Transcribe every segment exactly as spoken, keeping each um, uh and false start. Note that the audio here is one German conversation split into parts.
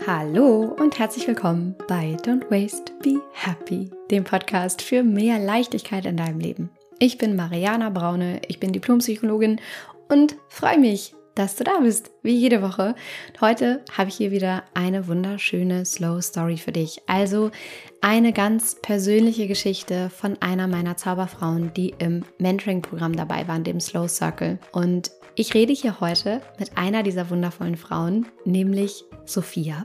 Hallo und herzlich willkommen bei Don't Waste, Be Happy, dem Podcast für mehr Leichtigkeit in deinem Leben. Ich bin Mariana Braune, ich bin Diplompsychologin und freue mich, dass du da bist, wie jede Woche. Heute habe ich hier wieder eine wunderschöne Slow Story für dich. Also eine ganz persönliche Geschichte von einer meiner Zauberfrauen, die im Mentoring-Programm dabei waren, dem Slow Circle. Und ich rede hier heute mit einer dieser wundervollen Frauen, nämlich Sophia,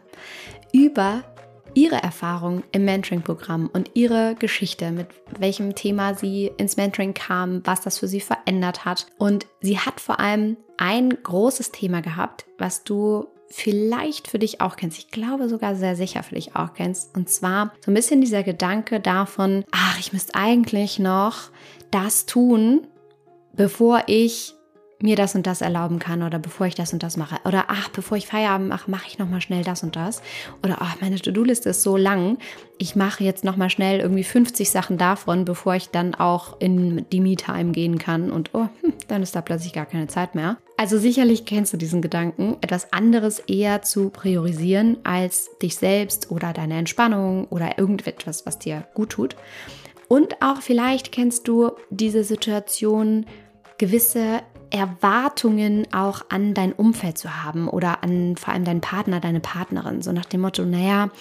über ihre Erfahrung im Mentoring-Programm und ihre Geschichte, mit welchem Thema sie ins Mentoring kam, was das für sie verändert hat. Und sie hat vor allem ein großes Thema gehabt, was du vielleicht für dich auch kennst. Ich glaube sogar sehr sicher für dich auch kennst. Und zwar so ein bisschen dieser Gedanke davon, ach, ich müsste eigentlich noch das tun, bevor ich mir das und das erlauben kann oder bevor ich das und das mache. Oder ach, bevor ich Feierabend mache, mache ich nochmal schnell das und das. Oder ach, meine To-Do-Liste ist so lang, ich mache jetzt nochmal schnell irgendwie fünfzig Sachen davon, bevor ich dann auch in die Me-Time gehen kann. Und oh, hm, dann ist da plötzlich gar keine Zeit mehr. Also sicherlich kennst du diesen Gedanken, etwas anderes eher zu priorisieren als dich selbst oder deine Entspannung oder irgendetwas, was dir gut tut. Und auch vielleicht kennst du diese Situation, gewisse Erwartungen auch an dein Umfeld zu haben oder an vor allem deinen Partner, deine Partnerin. So nach dem Motto, naja,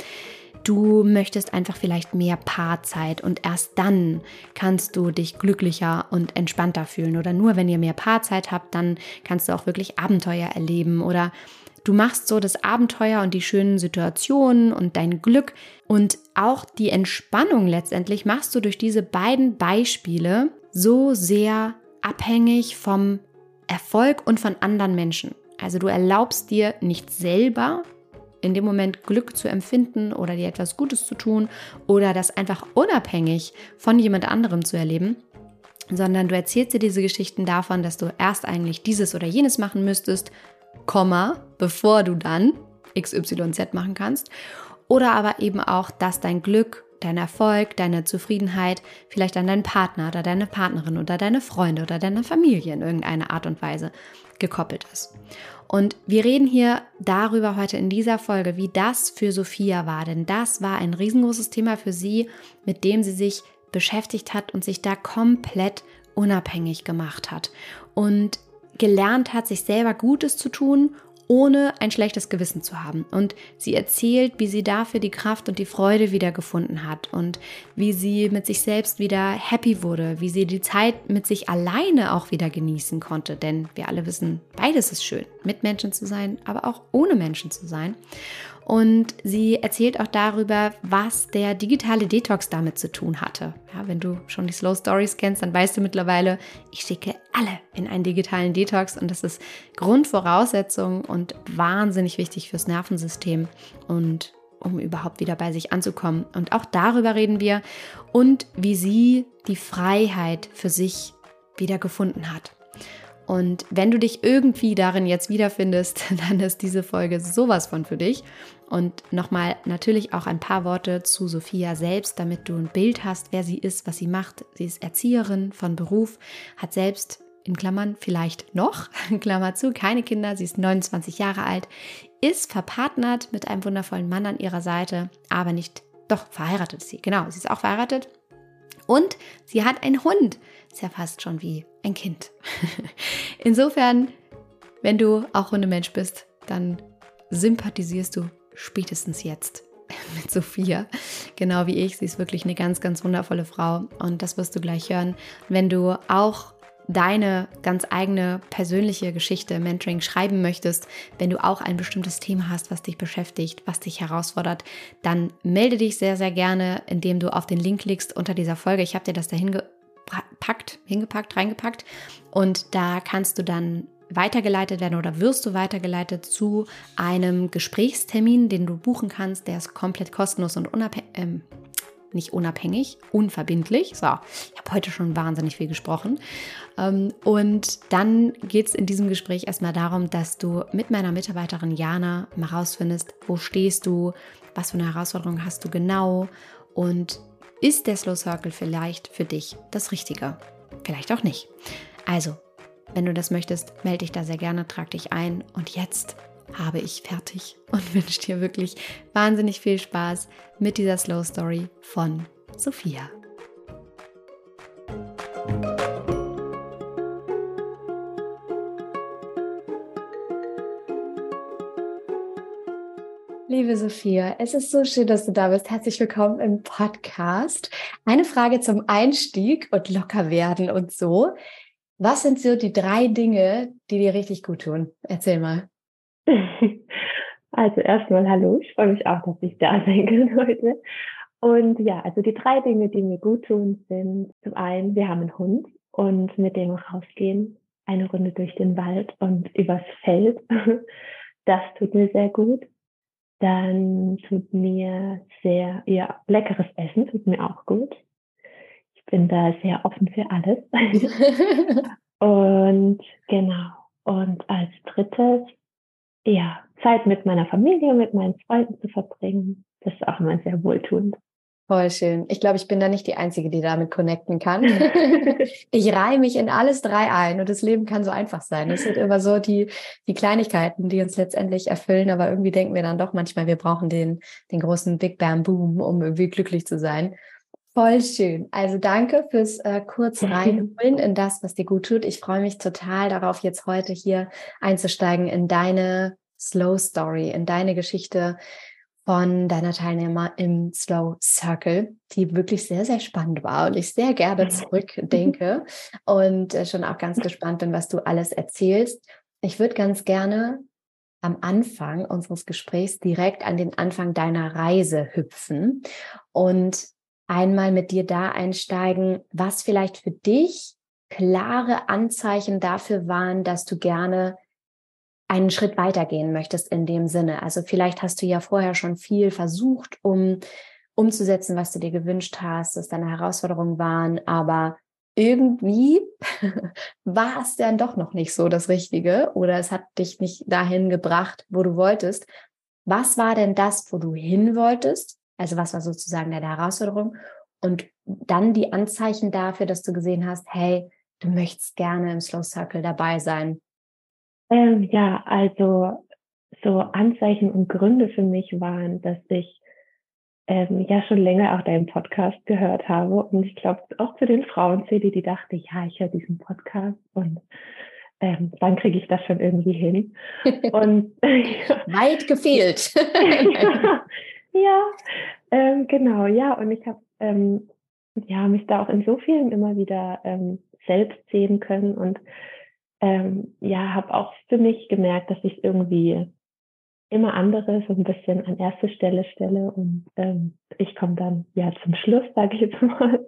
du möchtest einfach vielleicht mehr Paarzeit und erst dann kannst du dich glücklicher und entspannter fühlen. Oder nur wenn ihr mehr Paarzeit habt, dann kannst du auch wirklich Abenteuer erleben. Oder du machst so das Abenteuer und die schönen Situationen und dein Glück und auch die Entspannung letztendlich machst du durch diese beiden Beispiele so sehr abhängig vom Erfolg und von anderen Menschen. Also du erlaubst dir nicht selber in dem Moment Glück zu empfinden oder dir etwas Gutes zu tun oder das einfach unabhängig von jemand anderem zu erleben, sondern du erzählst dir diese Geschichten davon, dass du erst eigentlich dieses oder jenes machen müsstest, Komma, bevor du dann X Y Z machen kannst. Oder aber eben auch, dass dein Glück, dein Erfolg, deine Zufriedenheit vielleicht an deinen Partner oder deine Partnerin oder deine Freunde oder deine Familie in irgendeiner Art und Weise gekoppelt ist. Und wir reden hier darüber heute in dieser Folge, wie das für Sophia war, denn das war ein riesengroßes Thema für sie, mit dem sie sich beschäftigt hat und sich da komplett unabhängig gemacht hat und gelernt hat, sich selber Gutes zu tun, ohne ein schlechtes Gewissen zu haben. Und sie erzählt, wie sie dafür die Kraft und die Freude wieder gefunden hat und wie sie mit sich selbst wieder happy wurde, wie sie die Zeit mit sich alleine auch wieder genießen konnte. Denn wir alle wissen, beides ist schön, mit Menschen zu sein, aber auch ohne Menschen zu sein. Und sie erzählt auch darüber, was der digitale Detox damit zu tun hatte. Ja, wenn du schon die Slow Stories kennst, dann weißt du mittlerweile, ich schicke alle in einen digitalen Detox und das ist Grundvoraussetzung und wahnsinnig wichtig fürs Nervensystem und um überhaupt wieder bei sich anzukommen. Und auch darüber reden wir und wie sie die Freiheit für sich wieder gefunden hat. Und wenn du dich irgendwie darin jetzt wiederfindest, dann ist diese Folge sowas von für dich. Und nochmal natürlich auch ein paar Worte zu Sophia selbst, damit du ein Bild hast, wer sie ist, was sie macht. Sie ist Erzieherin von Beruf, hat selbst in Klammern vielleicht noch, Klammer zu, keine Kinder. Sie ist neunundzwanzig Jahre alt, ist verpartnert mit einem wundervollen Mann an ihrer Seite, aber nicht, doch verheiratet ist sie. Genau, sie ist auch verheiratet. Und sie hat einen Hund. Ist ja fast schon wie ein Kind. Insofern, wenn du auch Hundemensch bist, dann sympathisierst du spätestens jetzt mit Sophia. Genau wie ich. Sie ist wirklich eine ganz, ganz wundervolle Frau. Und das wirst du gleich hören. Wenn du auch deine ganz eigene persönliche Geschichte im Mentoring schreiben möchtest, wenn du auch ein bestimmtes Thema hast, was dich beschäftigt, was dich herausfordert, dann melde dich sehr, sehr gerne, indem du auf den Link klickst unter dieser Folge. Ich habe dir das da hingepackt, hingepackt, reingepackt und da kannst du dann weitergeleitet werden oder wirst du weitergeleitet zu einem Gesprächstermin, den du buchen kannst. Der ist komplett kostenlos und unabhängig. Ähm, Nicht unabhängig, unverbindlich. So, ich habe heute schon wahnsinnig viel gesprochen. Und dann geht es in diesem Gespräch erstmal darum, dass du mit meiner Mitarbeiterin Jana mal rausfindest, wo stehst du, was für eine Herausforderung hast du genau und ist der Slow Circle vielleicht für dich das Richtige? Vielleicht auch nicht. Also, wenn du das möchtest, melde dich da sehr gerne, trag dich ein und jetzt habe ich fertig und wünsche dir wirklich wahnsinnig viel Spaß mit dieser Slow Story von Sophia. Liebe Sophia, es ist so schön, dass du da bist. Herzlich willkommen im Podcast. Eine Frage zum Einstieg und locker werden und so. Was sind so die drei Dinge, die dir richtig gut tun? Erzähl mal. Also erstmal hallo, ich freue mich auch, dass ich da sein kann heute. Und ja, also die drei Dinge, die mir gut tun, sind zum einen, wir haben einen Hund und mit dem rausgehen, eine Runde durch den Wald und übers Feld. Das tut mir sehr gut. Dann tut mir sehr, ja, leckeres Essen tut mir auch gut. Ich bin da sehr offen für alles. Und genau. Und als drittes, ja, Zeit mit meiner Familie, mit meinen Freunden zu verbringen. Das ist auch immer sehr wohltuend. Voll schön. Ich glaube, ich bin da nicht die Einzige, die damit connecten kann. Ich reihe mich in alles drei ein und das Leben kann so einfach sein. Es sind immer so die, die Kleinigkeiten, die uns letztendlich erfüllen, aber irgendwie denken wir dann doch manchmal, wir brauchen den, den großen Big Bam Boom, um irgendwie glücklich zu sein. Voll schön. Also danke fürs äh, kurz reinholen in das, was dir gut tut. Ich freue mich total darauf, jetzt heute hier einzusteigen in deine Slow Story, in deine Geschichte von deiner Teilnehmer im Slow Circle, die wirklich sehr, sehr spannend war und ich sehr gerne zurückdenke und äh, schon auch ganz gespannt bin, was du alles erzählst. Ich würde ganz gerne am Anfang unseres Gesprächs direkt an den Anfang deiner Reise hüpfen und einmal mit dir da einsteigen, was vielleicht für dich klare Anzeichen dafür waren, dass du gerne einen Schritt weitergehen möchtest in dem Sinne. Also vielleicht hast du ja vorher schon viel versucht, um umzusetzen, was du dir gewünscht hast, dass deine Herausforderungen waren, aber irgendwie war es dann doch noch nicht so das Richtige oder es hat dich nicht dahin gebracht, wo du wolltest. Was war denn das, wo du hin wolltest? Also was war sozusagen deine Herausforderung? Und dann die Anzeichen dafür, dass du gesehen hast, hey, du möchtest gerne im Slow Circle dabei sein. Ähm, ja, also so Anzeichen und Gründe für mich waren, dass ich ähm, ja schon länger auch deinen Podcast gehört habe und ich glaube auch zu den Frauen zähle, die dachte, ja, ich höre diesen Podcast und ähm, dann kriege ich das schon irgendwie hin. Und ja. Weit gefehlt. ja, ja ähm, genau, ja, und ich habe ähm, ja, mich da auch in so vielen immer wieder ähm, selbst sehen können und ähm, ja, habe auch für mich gemerkt, dass ich irgendwie immer andere so ein bisschen an erste Stelle stelle und ähm, ich komme dann ja zum Schluss, sage ich jetzt mal.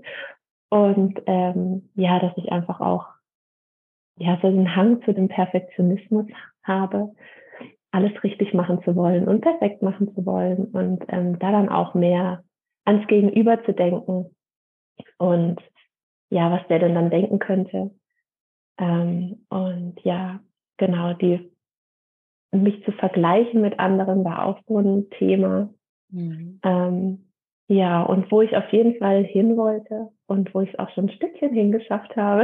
Und ähm, ja, dass ich einfach auch ja so einen Hang zu dem Perfektionismus habe, alles richtig machen zu wollen und perfekt machen zu wollen und ähm, da dann auch mehr ans Gegenüber zu denken und ja, was der denn dann denken könnte. Ähm, und ja, genau, die mich zu vergleichen mit anderen war auch so ein Thema. Mhm. Ähm, ja, und wo ich auf jeden Fall hin wollte und wo ich es auch schon ein Stückchen hingeschafft habe,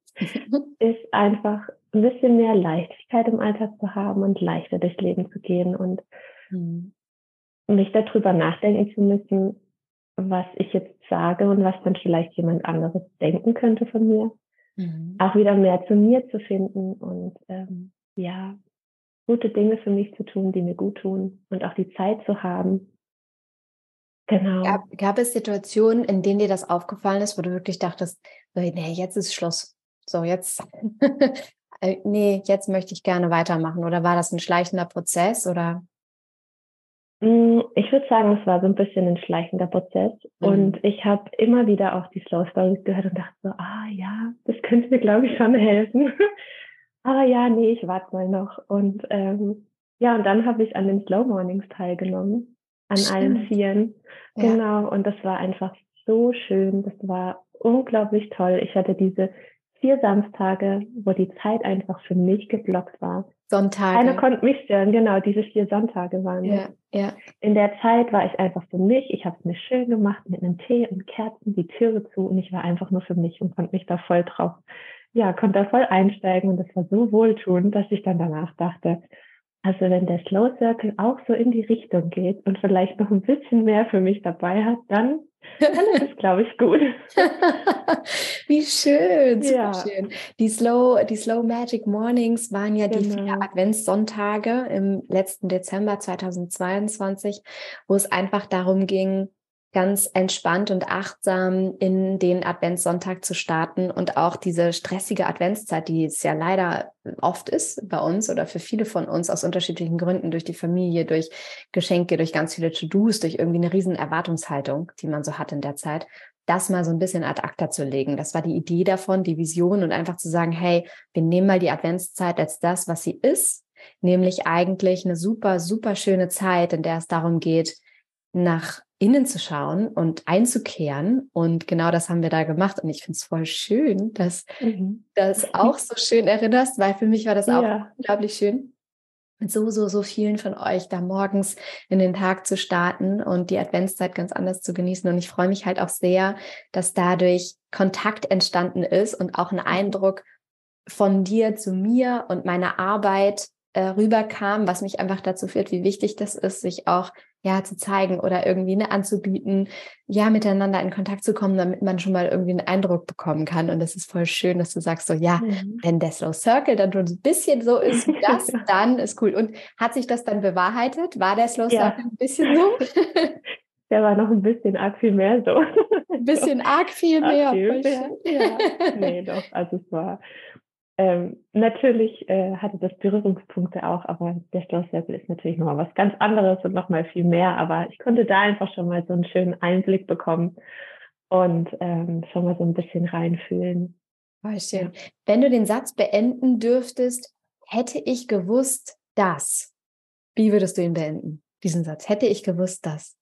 ist einfach ein bisschen mehr Leichtigkeit im Alltag zu haben und leichter durchs Leben zu gehen und mhm. mich darüber nachdenken zu müssen, was ich jetzt sage und was dann vielleicht jemand anderes denken könnte von mir. Mhm. Auch wieder mehr zu mir zu finden und ähm, ja, gute Dinge für mich zu tun, die mir gut tun und auch die Zeit zu haben. Genau. Gab, gab es Situationen, in denen dir das aufgefallen ist, wo du wirklich dachtest, nee, jetzt ist Schluss. So, jetzt, nee, jetzt möchte ich gerne weitermachen. Oder war das ein schleichender Prozess? Oder? Ich würde sagen, es war so ein bisschen ein schleichender Prozess. Mhm. Und ich habe immer wieder auch die Slow Stories gehört und dachte so, ah ja, das könnte mir, glaube ich, schon helfen. Aber ja, nee, ich warte mal noch. Und ähm, ja, und dann habe ich an den Slow Mornings teilgenommen, an Stimmt. allen Vieren. Ja. Genau, und das war einfach so schön. Das war unglaublich toll. Ich hatte diese vier Samstage, wo die Zeit einfach für mich geblockt war. Sonntage. Keiner konnte mich stören, genau, diese vier Sonntage waren ja, das. Ja. In der Zeit war ich einfach für mich. Ich habe es mir schön gemacht mit einem Tee und Kerzen, die Türe zu und ich war einfach nur für mich und konnte mich da voll drauf, ja, konnte da voll einsteigen und das war so wohltuend, dass ich dann danach dachte, Also wenn der Slow Circle auch so in die Richtung geht und vielleicht noch ein bisschen mehr für mich dabei hat, dann, dann ist es, glaube ich, gut. Wie schön, super Ja, schön. Die Slow, die Slow Magic Mornings waren ja die vier genau. Adventssonntage im letzten Dezember zweitausendzweiundzwanzig, wo es einfach darum ging, ganz entspannt und achtsam in den Adventssonntag zu starten und auch diese stressige Adventszeit, die es ja leider oft ist bei uns oder für viele von uns aus unterschiedlichen Gründen, durch die Familie, durch Geschenke, durch ganz viele To-Dos, durch irgendwie eine riesen Erwartungshaltung, die man so hat in der Zeit, das mal so ein bisschen ad acta zu legen. Das war die Idee davon, die Vision, und einfach zu sagen, hey, wir nehmen mal die Adventszeit als das, was sie ist, nämlich eigentlich eine super, super schöne Zeit, in der es darum geht, nach innen zu schauen und einzukehren. Und genau das haben wir da gemacht. Und ich finde es voll schön, dass Mhm. du das auch so schön erinnerst, weil für mich war das auch Ja, unglaublich schön, mit so, so, so vielen von euch da morgens in den Tag zu starten und die Adventszeit ganz anders zu genießen. Und ich freue mich halt auch sehr, dass dadurch Kontakt entstanden ist und auch ein Eindruck von dir zu mir und meiner Arbeit äh, rüberkam, was mich einfach dazu führt, wie wichtig das ist, sich auch ja zu zeigen oder irgendwie ne, anzubieten, ja, miteinander in Kontakt zu kommen, damit man schon mal irgendwie einen Eindruck bekommen kann. Und das ist voll schön, dass du sagst so, ja, mhm. wenn der Slow Circle dann schon ein bisschen so ist wie das, dann ist cool. Und hat sich das dann bewahrheitet? War der Slow Circle Ja, ein bisschen so? der war noch ein bisschen arg viel mehr so. Ein So, bisschen arg viel arg mehr, viel voll mehr, schön. ja. Nee, doch, also es war, ähm, natürlich äh, hatte das Berührungspunkte auch, aber der Slow Circle ist natürlich nochmal was ganz anderes und nochmal viel mehr, aber ich konnte da einfach schon mal so einen schönen Einblick bekommen und ähm, schon mal so ein bisschen reinfühlen. Voll Ja. schön. Wenn du den Satz beenden dürftest, hätte ich gewusst, dass. Wie würdest du ihn beenden? Diesen Satz. Hätte ich gewusst, dass.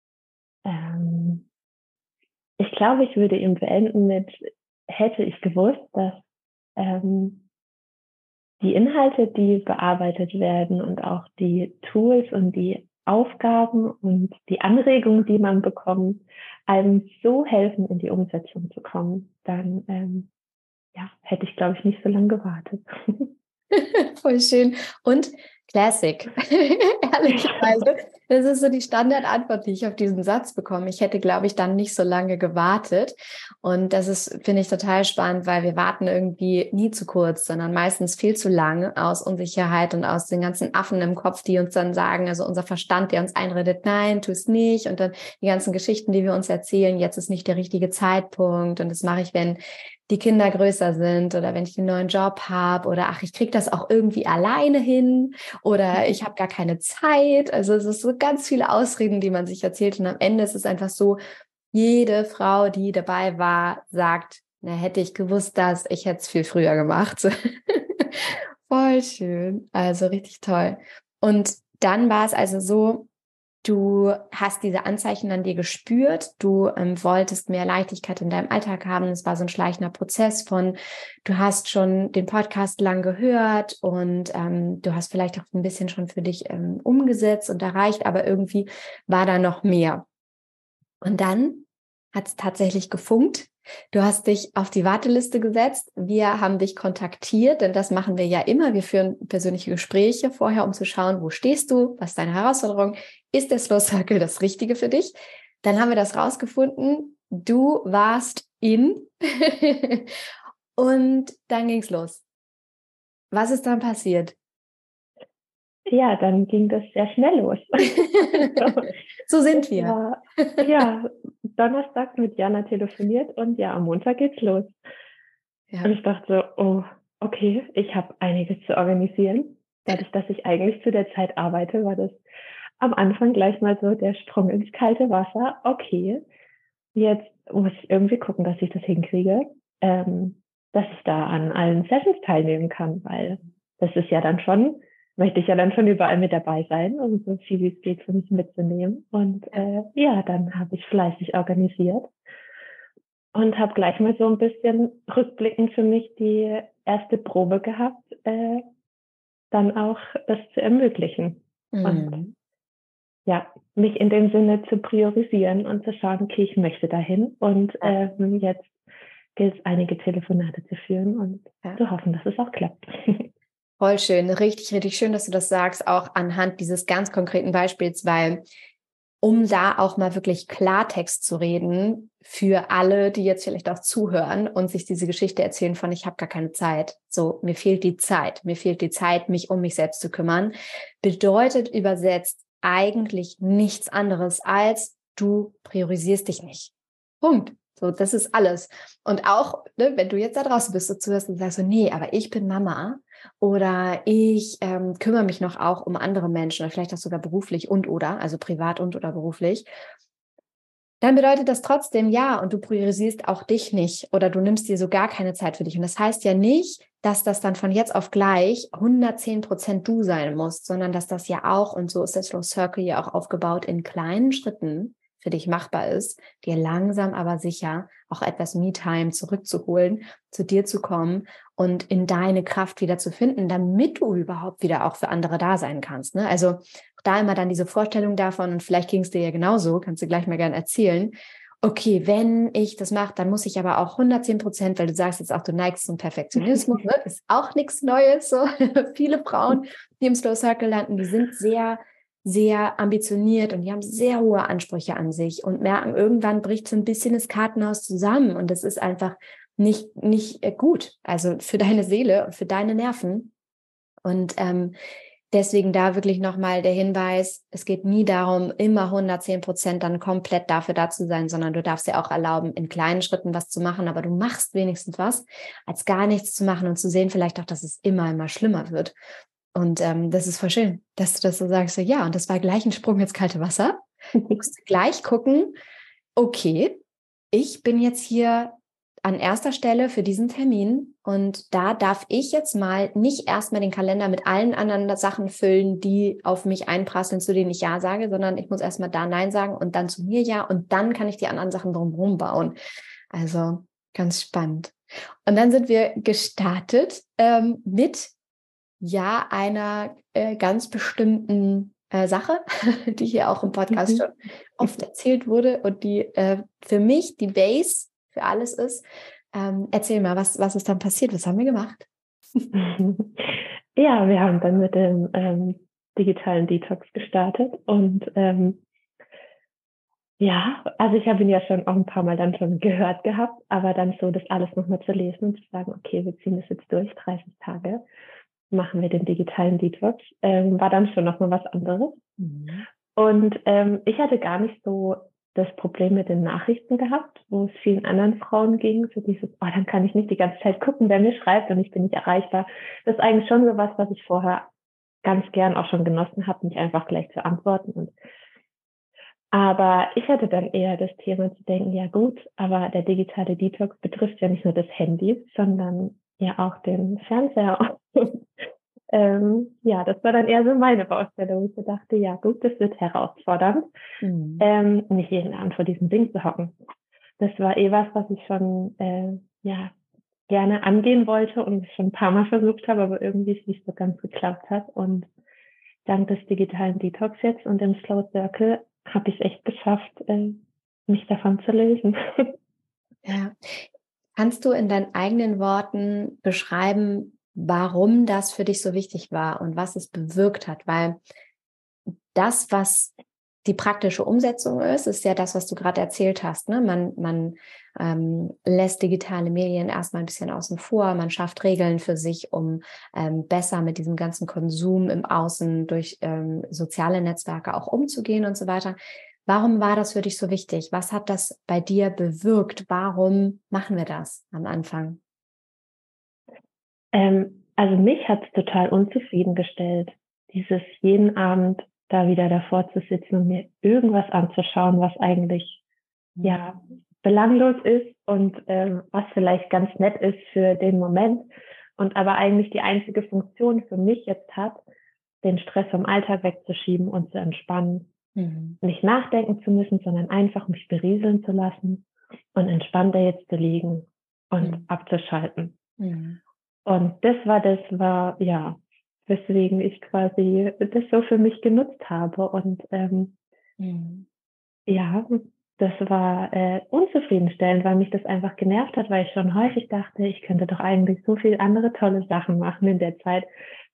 Ähm, ich glaube, ich würde ihn beenden mit, hätte ich gewusst, dass ähm, die Inhalte, die bearbeitet werden und auch die Tools und die Aufgaben und die Anregungen, die man bekommt, einem so helfen, in die Umsetzung zu kommen, dann ähm, ja, hätte ich, glaube ich, nicht so lange gewartet. Voll schön. Und Classic. Ehrlicherweise. Das ist so die Standardantwort, die ich auf diesen Satz bekomme. Ich hätte, glaube ich, dann nicht so lange gewartet. Und das ist, finde ich, total spannend, weil wir warten irgendwie nie zu kurz, sondern meistens viel zu lang aus Unsicherheit und aus den ganzen Affen im Kopf, die uns dann sagen, also unser Verstand, der uns einredet, nein, tu es nicht. Und dann die ganzen Geschichten, die wir uns erzählen, jetzt ist nicht der richtige Zeitpunkt. Und das mache ich, wenn die Kinder größer sind oder wenn ich einen neuen Job habe oder ach, ich kriege das auch irgendwie alleine hin oder ich habe gar keine Zeit. Also es ist so ganz viele Ausreden, die man sich erzählt, und am Ende ist es einfach so, jede Frau, die dabei war, sagt, na, hätte ich gewusst, dass ich hätte es viel früher gemacht. Voll schön, also richtig toll. Und dann war es also so, du hast diese Anzeichen an dir gespürt, du ähm, wolltest mehr Leichtigkeit in deinem Alltag haben. Es war so ein schleichender Prozess von, du hast schon den Podcast lang gehört und ähm, du hast vielleicht auch ein bisschen schon für dich ähm, umgesetzt und erreicht, aber irgendwie war da noch mehr. Und dann hat es tatsächlich gefunkt. Du hast dich auf die Warteliste gesetzt. Wir haben dich kontaktiert, denn das machen wir ja immer. Wir führen persönliche Gespräche vorher, um zu schauen, wo stehst du, was ist deine Herausforderung, ist der Slow Circle das Richtige für dich? Dann haben wir das rausgefunden. Du warst in und dann ging's los. Was ist dann passiert? Ja, dann ging das sehr schnell los. So, So sind das wir. war, ja, Donnerstag mit Jana telefoniert und ja, am Montag geht's los. Und Ja. ich dachte so, oh, okay, ich habe einiges zu organisieren. Dadurch, dass ich eigentlich zu der Zeit arbeite, war das am Anfang gleich mal so der Sprung ins kalte Wasser. Okay, jetzt muss ich irgendwie gucken, dass ich das hinkriege, ähm, dass ich da an allen Sessions teilnehmen kann, weil das ist ja dann schon, möchte ich ja dann schon überall mit dabei sein, um so viel wie es geht für mich mitzunehmen. Und äh, ja, dann habe ich fleißig organisiert und habe gleich mal so ein bisschen rückblickend für mich die erste Probe gehabt, äh, dann auch das zu ermöglichen. Und Mhm. ja, mich in dem Sinne zu priorisieren und zu schauen, okay, ich möchte dahin und Ja, ähm, jetzt gilt es, einige Telefonate zu führen und ja. zu hoffen, dass es auch klappt. Voll schön, richtig, richtig schön, dass du das sagst, auch anhand dieses ganz konkreten Beispiels, weil um da auch mal wirklich Klartext zu reden für alle, die jetzt vielleicht auch zuhören und sich diese Geschichte erzählen von, ich habe gar keine Zeit. So, mir fehlt die Zeit. Mir fehlt die Zeit, mich um mich selbst zu kümmern. Bedeutet übersetzt eigentlich nichts anderes als du priorisierst dich nicht. Punkt. So, das ist alles. Und auch, ne, wenn du jetzt da draußen bist und zuhörst und sagst so, nee, aber ich bin Mama oder ich ähm, kümmere mich noch auch um andere Menschen oder vielleicht auch sogar beruflich und oder, also privat und oder beruflich, dann bedeutet das trotzdem ja und du priorisierst auch dich nicht oder du nimmst dir so gar keine Zeit für dich. Und das heißt ja nicht, dass das dann von jetzt auf gleich hundertzehn Prozent du sein muss, sondern dass das ja auch, und so ist der Slow Circle ja auch aufgebaut, in kleinen Schritten für dich machbar ist, dir langsam aber sicher auch etwas Me-Time zurückzuholen, zu dir zu kommen und in deine Kraft wieder zu finden, damit du überhaupt wieder auch für andere da sein kannst. Ne? Also da immer dann diese Vorstellung davon, und vielleicht ging es dir ja genauso, kannst du gleich mal gerne erzählen, okay, wenn ich das mache, dann muss ich aber auch hundertzehn Prozent, weil du sagst jetzt auch, du neigst zum Perfektionismus, ne? Ist auch nichts Neues. So. Viele Frauen, die im Slow Circle landen, die sind sehr sehr ambitioniert und die haben sehr hohe Ansprüche an sich und merken, irgendwann bricht so ein bisschen das Kartenhaus zusammen und das ist einfach nicht, nicht gut, also für deine Seele und für deine Nerven. Und ähm, deswegen da wirklich nochmal der Hinweis, es geht nie darum, immer hundertzehn Prozent dann komplett dafür da zu sein, sondern du darfst dir auch erlauben, in kleinen Schritten was zu machen, aber du machst wenigstens was, als gar nichts zu machen und zu sehen vielleicht auch, dass es immer, immer schlimmer wird. Und ähm, das ist voll schön, dass du das so sagst, so, ja, und das war gleich ein Sprung ins kalte Wasser. Du musst gleich gucken, okay, ich bin jetzt hier an erster Stelle für diesen Termin und da darf ich jetzt mal nicht erstmal den Kalender mit allen anderen Sachen füllen, die auf mich einprasseln, zu denen ich Ja sage, sondern ich muss erstmal da Nein sagen und dann zu mir Ja und dann kann ich die anderen Sachen drumherum bauen. Also ganz spannend. Und dann sind wir gestartet ähm, mit ja einer äh, ganz bestimmten äh, Sache, die hier auch im Podcast schon oft erzählt wurde und die äh, für mich die Base für alles ist. Ähm, erzähl mal, was, was ist dann passiert? Was haben wir gemacht? Ja, wir haben dann mit dem ähm, digitalen Detox gestartet und ähm, ja, also ich habe ihn ja schon auch ein paar Mal dann schon gehört gehabt, aber dann so das alles nochmal zu lesen und zu sagen, okay, wir ziehen das jetzt durch, dreißig Tage, machen wir den digitalen Detox, ähm, war dann schon nochmal was anderes. Mhm. Und ähm, ich hatte gar nicht so das Problem mit den Nachrichten gehabt, wo es vielen anderen Frauen ging, so dieses, oh, dann kann ich nicht die ganze Zeit gucken, wer mir schreibt und ich bin nicht erreichbar. Das ist eigentlich schon so was, was ich vorher ganz gern auch schon genossen habe, nicht einfach gleich zu antworten. Und aber ich hatte dann eher das Thema zu denken, ja gut, aber der digitale Detox betrifft ja nicht nur das Handy, sondern ja auch den Fernseher. ähm, ja, das war dann eher so meine Baustelle, wo ich dachte, ja gut, das wird herausfordernd, mhm. ähm, nicht jeden Abend vor diesem Ding zu hocken. Das war eh was, was ich schon äh, ja gerne angehen wollte und schon ein paar Mal versucht habe, aber irgendwie es nicht so ganz geklappt hat. Und dank des digitalen Detox jetzt und dem Slow Circle habe ich es echt geschafft, äh, mich davon zu lösen. Ja. Kannst du in deinen eigenen Worten beschreiben, warum das für dich so wichtig war und was es bewirkt hat? Weil das, was die praktische Umsetzung ist, ist ja das, was du gerade erzählt hast. Ne? Man, man ähm, lässt digitale Medien erstmal ein bisschen außen vor, man schafft Regeln für sich, um ähm, besser mit diesem ganzen Konsum im Außen durch ähm, soziale Netzwerke auch umzugehen und so weiter. Warum war das für dich so wichtig? Was hat das bei dir bewirkt? Warum machen wir das am Anfang? Ähm, also mich hat es total unzufrieden gestellt, dieses jeden Abend da wieder davor zu sitzen und mir irgendwas anzuschauen, was eigentlich ja belanglos ist und ähm, was vielleicht ganz nett ist für den Moment und aber eigentlich die einzige Funktion für mich jetzt hat, den Stress vom Alltag wegzuschieben und zu entspannen. Mhm. Nicht nachdenken zu müssen, sondern einfach mich berieseln zu lassen und entspannt da jetzt zu liegen und mhm. abzuschalten. Mhm. Und das war das, war, ja, weswegen ich quasi das so für mich genutzt habe. Und ähm, mhm. ja, das war äh, unzufriedenstellend, weil mich das einfach genervt hat, weil ich schon häufig dachte, ich könnte doch eigentlich so viel andere tolle Sachen machen in der Zeit.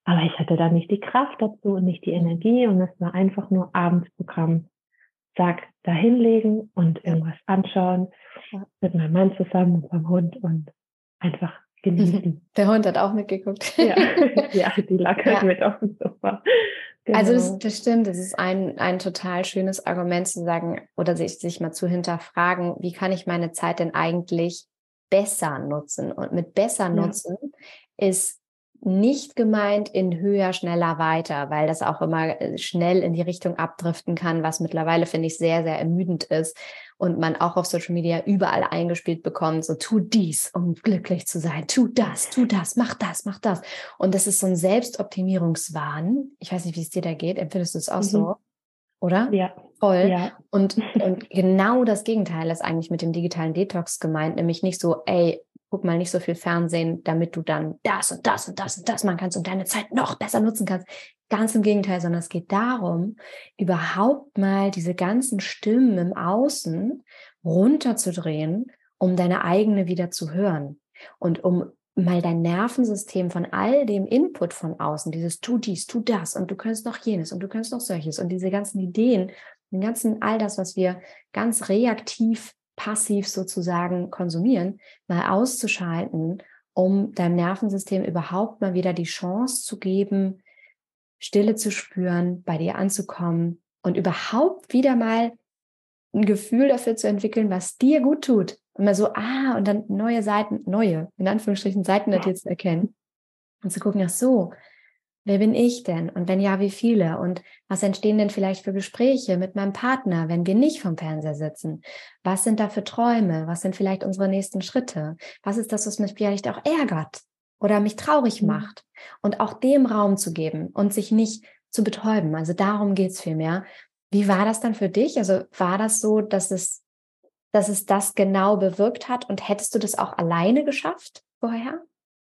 Aber ich hatte da nicht die Kraft dazu und nicht die Energie und es war einfach nur Abendsprogramm. Sag, da hinlegen und irgendwas anschauen, Ja. mit meinem Mann zusammen und meinem Hund und einfach genießen. Der Hund hat auch mitgeguckt. Ja, ja, die lag halt Ja. mit auf dem Sofa. Genau. Also das, das stimmt, das ist ein, ein total schönes Argument zu sagen oder sich, sich mal zu hinterfragen, wie kann ich meine Zeit denn eigentlich besser nutzen? Und mit besser Ja. nutzen ist nicht gemeint in höher, schneller, weiter, weil das auch immer schnell in die Richtung abdriften kann, was mittlerweile, finde ich, sehr, sehr ermüdend ist und man auch auf Social Media überall eingespielt bekommt, so tu dies, um glücklich zu sein, tu das, tu das, mach das, mach das. Und das ist so ein Selbstoptimierungswahn. Ich weiß nicht, wie es dir da geht. Empfindest du es auch Mhm. so? Oder? Ja. Voll. Ja. Und, und genau das Gegenteil ist eigentlich mit dem digitalen Detox gemeint, nämlich nicht so, ey, guck mal nicht so viel Fernsehen, damit du dann das und das und das und das machen kannst und deine Zeit noch besser nutzen kannst. Ganz im Gegenteil, sondern es geht darum, überhaupt mal diese ganzen Stimmen im Außen runterzudrehen, um deine eigene wieder zu hören und um mal dein Nervensystem von all dem Input von außen, dieses tu dies, tu das und du kannst noch jenes und du kannst noch solches und diese ganzen Ideen, den ganzen, all das, was wir ganz reaktiv, passiv sozusagen konsumieren, mal auszuschalten, um deinem Nervensystem überhaupt mal wieder die Chance zu geben, Stille zu spüren, bei dir anzukommen und überhaupt wieder mal ein Gefühl dafür zu entwickeln, was dir gut tut. Und mal so, ah, und dann neue Seiten, neue, in Anführungsstrichen, Seiten an dir zu erkennen und zu gucken, ach so, wer bin ich denn? Und wenn ja, wie viele? Und was entstehen denn vielleicht für Gespräche mit meinem Partner, wenn wir nicht vom Fernseher sitzen? Was sind da für Träume? Was sind vielleicht unsere nächsten Schritte? Was ist das, was mich vielleicht auch ärgert oder mich traurig macht? Und auch dem Raum zu geben und sich nicht zu betäuben. Also darum geht es vielmehr. Wie war das dann für dich? Also war das so, dass es, dass es das genau bewirkt hat und hättest du das auch alleine geschafft vorher?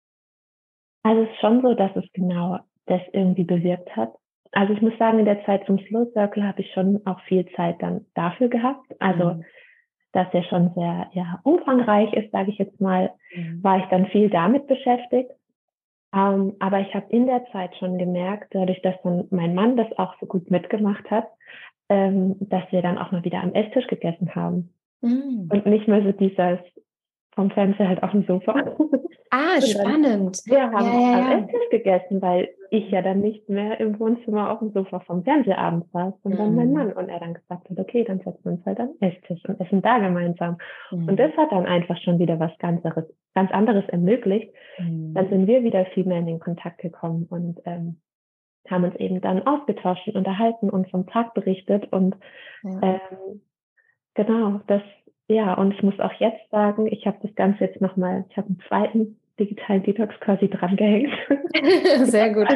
Also es ist schon so, dass es genau das irgendwie bewirkt hat. Also ich muss sagen, in der Zeit zum Slow Circle habe ich schon auch viel Zeit dann dafür gehabt. Also Mhm. dass der schon sehr ja, umfangreich ist, sage ich jetzt mal, Mhm. war ich dann viel damit beschäftigt. Ähm, aber ich habe in der Zeit schon gemerkt, dadurch, dass dann mein Mann das auch so gut mitgemacht hat, ähm, dass wir dann auch mal wieder am Esstisch gegessen haben. Mhm. Und nicht mehr so dieses vom Fernseher halt auf dem Sofa. Ah, Und dann, spannend. wir haben Ja, ja, am ja. Esstisch gegessen, weil ich ja dann nicht mehr im Wohnzimmer auf dem Sofa vom Fernseher abends saß, sondern mein Mhm. Mann. Und er dann gesagt hat, okay, dann setzen wir uns halt am Esstisch und essen da gemeinsam. Mhm. Und das hat dann einfach schon wieder was ganz anderes, ganz anderes ermöglicht. Mhm. Dann sind wir wieder viel mehr in den Kontakt gekommen und ähm, haben uns eben dann ausgetauscht und unterhalten und vom Tag berichtet. Und Ja. ähm, genau, das, ja, und ich muss auch jetzt sagen, ich habe das Ganze jetzt nochmal, ich habe einen zweiten digitalen Detox quasi drangehängt. Sehr gut.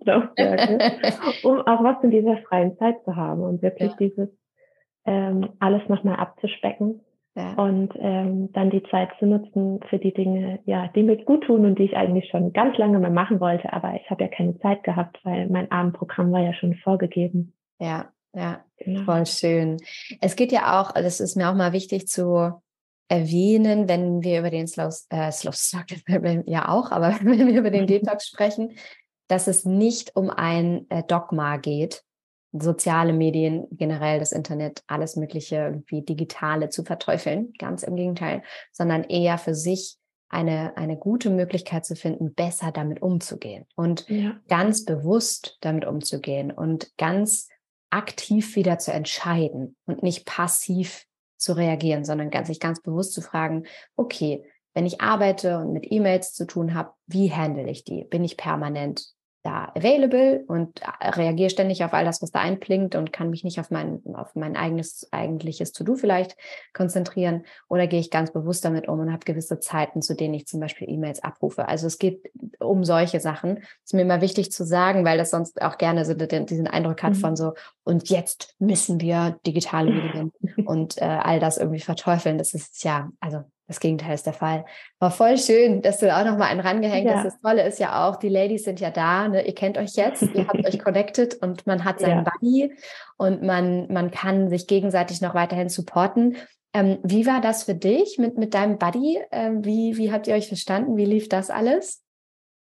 Um auch was in dieser freien Zeit zu haben und wirklich Ja. dieses ähm, alles nochmal abzuspecken Ja. und ähm, dann die Zeit zu nutzen für die Dinge, ja, die mir gut tun und die ich eigentlich schon ganz lange mal machen wollte, aber ich habe ja keine Zeit gehabt, weil mein Abendprogramm war ja schon vorgegeben. Ja, ja, Genau. voll schön. Es geht ja auch, das ist mir auch mal wichtig zu erwähnen, wenn wir über den Slow, äh, Slow Circle, ja auch, aber wenn wir über den Detox sprechen, dass es nicht um ein äh, Dogma geht, soziale Medien, generell das Internet, alles Mögliche irgendwie Digitale zu verteufeln. Ganz im Gegenteil, sondern eher für sich eine, eine gute Möglichkeit zu finden, besser damit umzugehen und Ja. ganz bewusst damit umzugehen und ganz aktiv wieder zu entscheiden und nicht passiv zu reagieren, sondern ganz, sich ganz bewusst zu fragen, okay, wenn ich arbeite und mit E-Mails zu tun habe, wie handle ich die? Bin ich permanent da available und reagiere ständig auf all das, was da einblinkt und kann mich nicht auf mein, auf mein eigenes, eigentliches To-Do vielleicht konzentrieren, oder gehe ich ganz bewusst damit um und habe gewisse Zeiten, zu denen ich zum Beispiel E-Mails abrufe. Also es geht um solche Sachen. Das ist mir immer wichtig zu sagen, weil das sonst auch gerne so den, diesen Eindruck hat von so, und jetzt müssen wir digitale Medien und äh, all das irgendwie verteufeln. Das ist ja, also das Gegenteil ist der Fall. War voll schön, dass du auch noch mal einen rangehängt hast. Ja. Das Tolle ist ja auch, die Ladies sind ja da, ne? Ihr kennt euch jetzt, ihr habt euch connected und man hat seinen Ja. Buddy und man, man kann sich gegenseitig noch weiterhin supporten. Ähm, wie war das für dich mit, mit deinem Buddy? Ähm, wie, wie habt ihr euch verstanden? Wie lief das alles?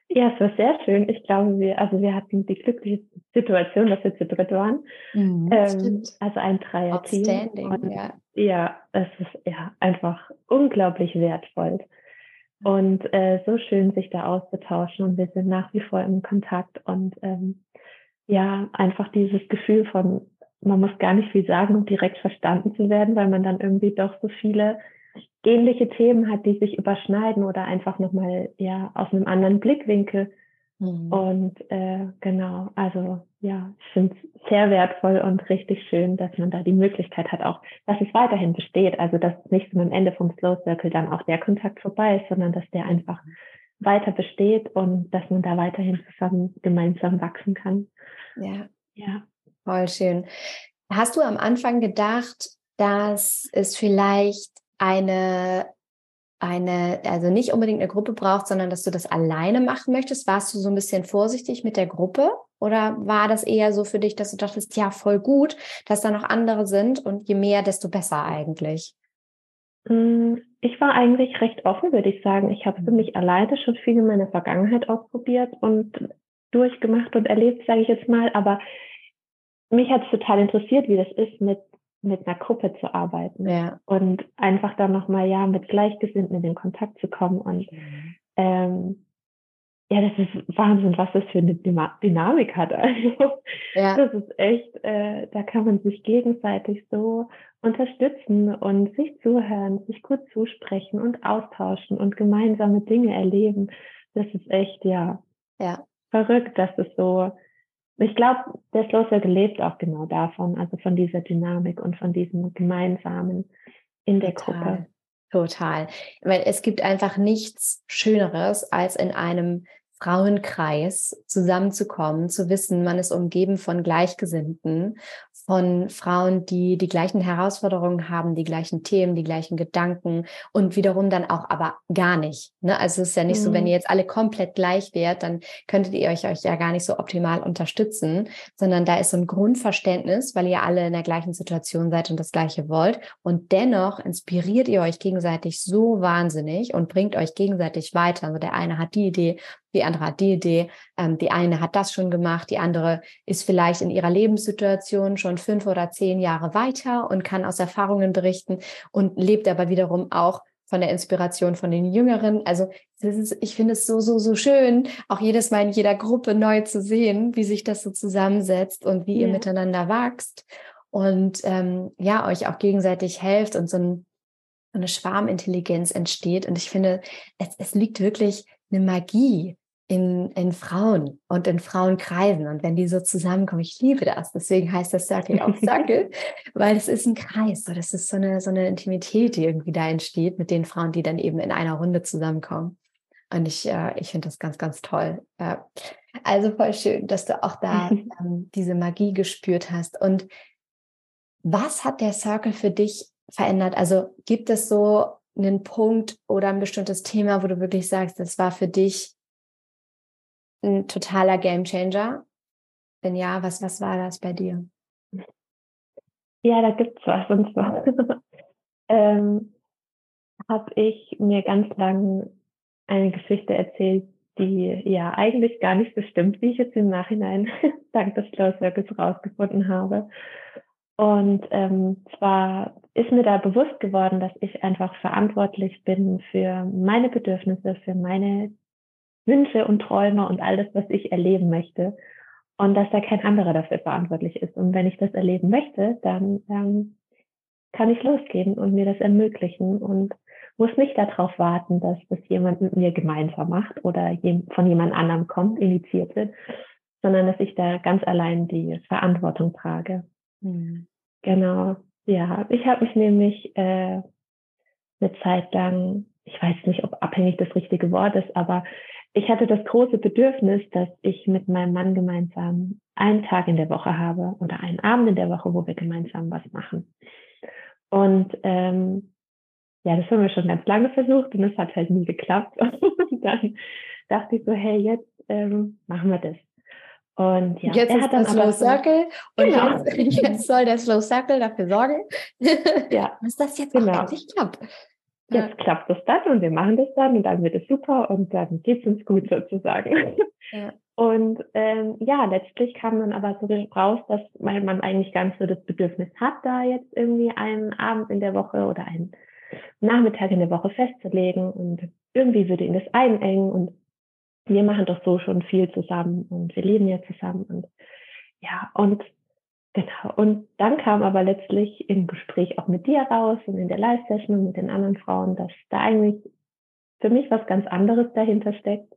Ja, es war sehr schön. Ich glaube, wir, also wir hatten die glückliche Situation, dass wir zu dritt waren. Mhm, Ähm, stimmt. also ein Dreier-Team. Outstanding, Und ja. ja, es ist ja einfach unglaublich wertvoll. Und äh, so schön, sich da auszutauschen. Und wir sind nach wie vor im Kontakt. Und ähm, ja, einfach dieses Gefühl von, man muss gar nicht viel sagen, um direkt verstanden zu werden, weil man dann irgendwie doch so viele ähnliche Themen hat, die sich überschneiden oder einfach nochmal ja aus einem anderen Blickwinkel. Mhm. Und äh, genau, also ja, ich finde es sehr wertvoll und richtig schön, dass man da die Möglichkeit hat, auch, dass es weiterhin besteht. Also dass nicht so am Ende vom Slow Circle dann auch der Kontakt vorbei ist, sondern dass der einfach weiter besteht und dass man da weiterhin zusammen gemeinsam wachsen kann. Ja, Ja. voll schön. Hast du am Anfang gedacht, dass es vielleicht eine, eine, also nicht unbedingt eine Gruppe braucht, sondern dass du das alleine machen möchtest? Warst du so ein bisschen vorsichtig mit der Gruppe? Oder war das eher so für dich, dass du dachtest, ja, voll gut, dass da noch andere sind und je mehr, desto besser eigentlich? Mm, Ich war eigentlich recht offen, würde ich sagen. Ich habe für mich alleine schon viel in meiner Vergangenheit ausprobiert und durchgemacht und erlebt, sage ich jetzt mal. Aber mich hat es total interessiert, wie das ist, mit, mit einer Gruppe zu arbeiten Ja. und einfach dann nochmal, ja, mit Gleichgesinnten in den Kontakt zu kommen. Und Mhm. ähm, ja, das ist Wahnsinn, was das für eine Dyma- Dynamik hat. Also, Ja, das ist echt, äh, da kann man sich gegenseitig so unterstützen und sich zuhören, sich gut zusprechen und austauschen und gemeinsame Dinge erleben. Das ist echt, ja, ja, verrückt, dass es so, ich glaube, der Slow Circle lebt auch genau davon, also von dieser Dynamik und von diesem Gemeinsamen in der Gruppe. total. Total. Weil es gibt einfach nichts Schöneres, als in einem Frauenkreis zusammenzukommen, zu wissen, man ist umgeben von Gleichgesinnten, von Frauen, die die gleichen Herausforderungen haben, die gleichen Themen, die gleichen Gedanken und wiederum dann auch aber gar nicht. Ne? Also es ist ja nicht so, wenn ihr Mhm. jetzt alle komplett gleich wärt, dann könntet ihr euch, euch ja gar nicht so optimal unterstützen, sondern da ist so ein Grundverständnis, weil ihr alle in der gleichen Situation seid und das Gleiche wollt. Und dennoch inspiriert ihr euch gegenseitig so wahnsinnig und bringt euch gegenseitig weiter. Also der eine hat die Idee, die andere hat die Idee, ähm, die eine hat das schon gemacht, die andere ist vielleicht in ihrer Lebenssituation schon fünf oder zehn Jahre weiter und kann aus Erfahrungen berichten und lebt aber wiederum auch von der Inspiration von den Jüngeren. Also das ist, ich finde es so, so, so schön, auch jedes Mal in jeder Gruppe neu zu sehen, wie sich das so zusammensetzt und wie ihr Ja. miteinander wächst und ähm, ja, euch auch gegenseitig helft und so, ein, so eine Schwarmintelligenz entsteht. Und ich finde, es, es liegt wirklich eine Magie in, in Frauen und in Frauenkreisen. Und wenn die so zusammenkommen, ich liebe das. Deswegen heißt das Circle auch Circle, weil es ist ein Kreis. So, das ist so eine, so eine Intimität, die irgendwie da entsteht mit den Frauen, die dann eben in einer Runde zusammenkommen. Und ich, äh, ich finde das ganz, ganz toll. Ja. Also voll schön, dass du auch da ähm, diese Magie gespürt hast. Und was hat der Circle für dich verändert? Also gibt es so einen Punkt oder ein bestimmtes Thema, wo du wirklich sagst, das war für dich ein totaler Gamechanger? Wenn ja, was, was war das bei dir? Ja, da gibt's was. Und zwar ähm, habe ich mir ganz lang eine Geschichte erzählt, die ja eigentlich gar nicht so stimmt, wie ich jetzt im Nachhinein dank des Slow Circles rausgefunden habe. Und ähm, zwar ist mir da bewusst geworden, dass ich einfach verantwortlich bin für meine Bedürfnisse, für meine Wünsche und Träume und all das, was ich erleben möchte. Und dass da kein anderer dafür verantwortlich ist. Und wenn ich das erleben möchte, dann ähm, kann ich losgehen und mir das ermöglichen und muss nicht darauf warten, dass das jemand mit mir gemeinsam macht oder von jemand anderem kommt, initiiert wird, sondern dass ich da ganz allein die Verantwortung trage. Hm. Genau. Ja, ich habe mich nämlich äh, eine Zeit lang, ich weiß nicht, ob abhängig das richtige Wort ist, aber ich hatte das große Bedürfnis, dass ich mit meinem Mann gemeinsam einen Tag in der Woche habe oder einen Abend in der Woche, wo wir gemeinsam was machen. Und ähm, ja, das haben wir schon ganz lange versucht und es hat halt nie geklappt. Und dann dachte ich so, hey, jetzt ähm, machen wir das. Und ja, Jetzt er ist hat dann das Slow aber so, Circle und genau, jetzt, jetzt soll der Slow Circle dafür sorgen, ja, dass das jetzt auch genau. endlich klappt. jetzt ja. klappt es dann und wir machen das dann und dann wird es super und dann geht es uns gut sozusagen. Ja. Und ähm, ja, letztlich kam dann aber so raus, dass man, man eigentlich gar nicht so das Bedürfnis hat, da jetzt irgendwie einen Abend in der Woche oder einen Nachmittag in der Woche festzulegen und irgendwie würde ihn das einengen und wir machen doch so schon viel zusammen und wir leben ja zusammen und ja, und genau. Und dann kam aber letztlich im Gespräch auch mit dir raus und in der Live-Session und mit den anderen Frauen, dass da eigentlich für mich was ganz anderes dahinter steckt,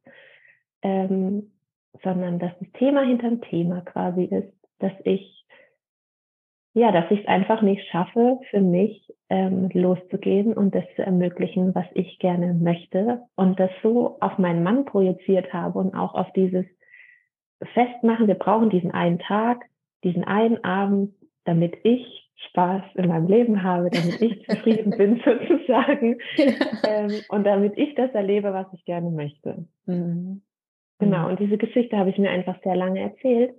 ähm, sondern dass das Thema hinterm Thema quasi ist, dass ich, ja, dass ich es einfach nicht schaffe, für mich ähm, loszugehen und das zu ermöglichen, was ich gerne möchte und das so auf meinen Mann projiziert habe und auch auf dieses Festmachen, wir brauchen diesen einen Tag, diesen einen Abend, damit ich Spaß in meinem Leben habe, damit ich zufrieden bin sozusagen ja. ähm, und damit ich das erlebe, was ich gerne möchte. Mhm. Genau, und diese Geschichte habe ich mir einfach sehr lange erzählt.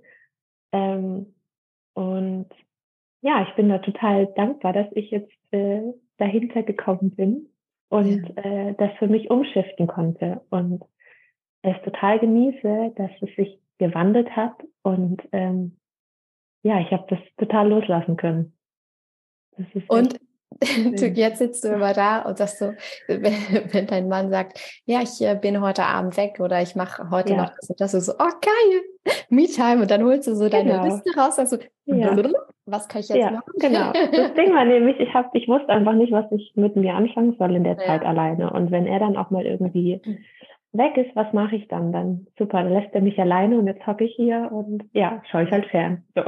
Ähm, und ja, ich bin da total dankbar, dass ich jetzt äh, dahinter gekommen bin und ja. äh, das für mich umschiften konnte und es total genieße, dass es sich gewandelt hat und ähm, ja, ich habe das total loslassen können. Das ist und du, jetzt sitzt du immer da und sagst so, wenn, wenn dein Mann sagt, ja, ich äh, bin heute Abend weg oder ich mache heute ja. noch das und das, und so, oh geil, Me-Time und dann holst du so deine genau. Liste raus, sagst so, ja. was kann ich jetzt ja, machen? Genau, das Ding war nämlich, ich, hab, ich wusste einfach nicht, was ich mit mir anfangen soll in der ja. Zeit alleine und wenn er dann auch mal irgendwie weg ist, was mache ich dann? Dann super, dann lässt er mich alleine und jetzt hocke ich hier und ja, schaue ich halt fern. So.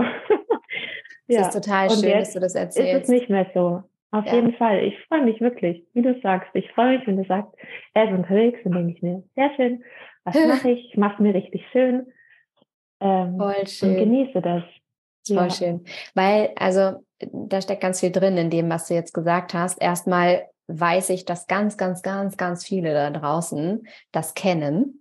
ja. Es ist total und schön, dass du das erzählst. Ist es nicht mehr so. Auf ja. jeden Fall. Ich freue mich wirklich, wie du sagst. Ich freue mich, wenn du sagst, er ist unterwegs, dann denke ich mir, sehr schön, was mache ich? Ich mache es mir richtig schön. Ähm, Voll schön. Und genieße das. Voll ja. schön. Weil, also, da steckt ganz viel drin in dem, was du jetzt gesagt hast. Erstmal weiß ich, dass ganz, ganz, ganz, ganz viele da draußen das kennen,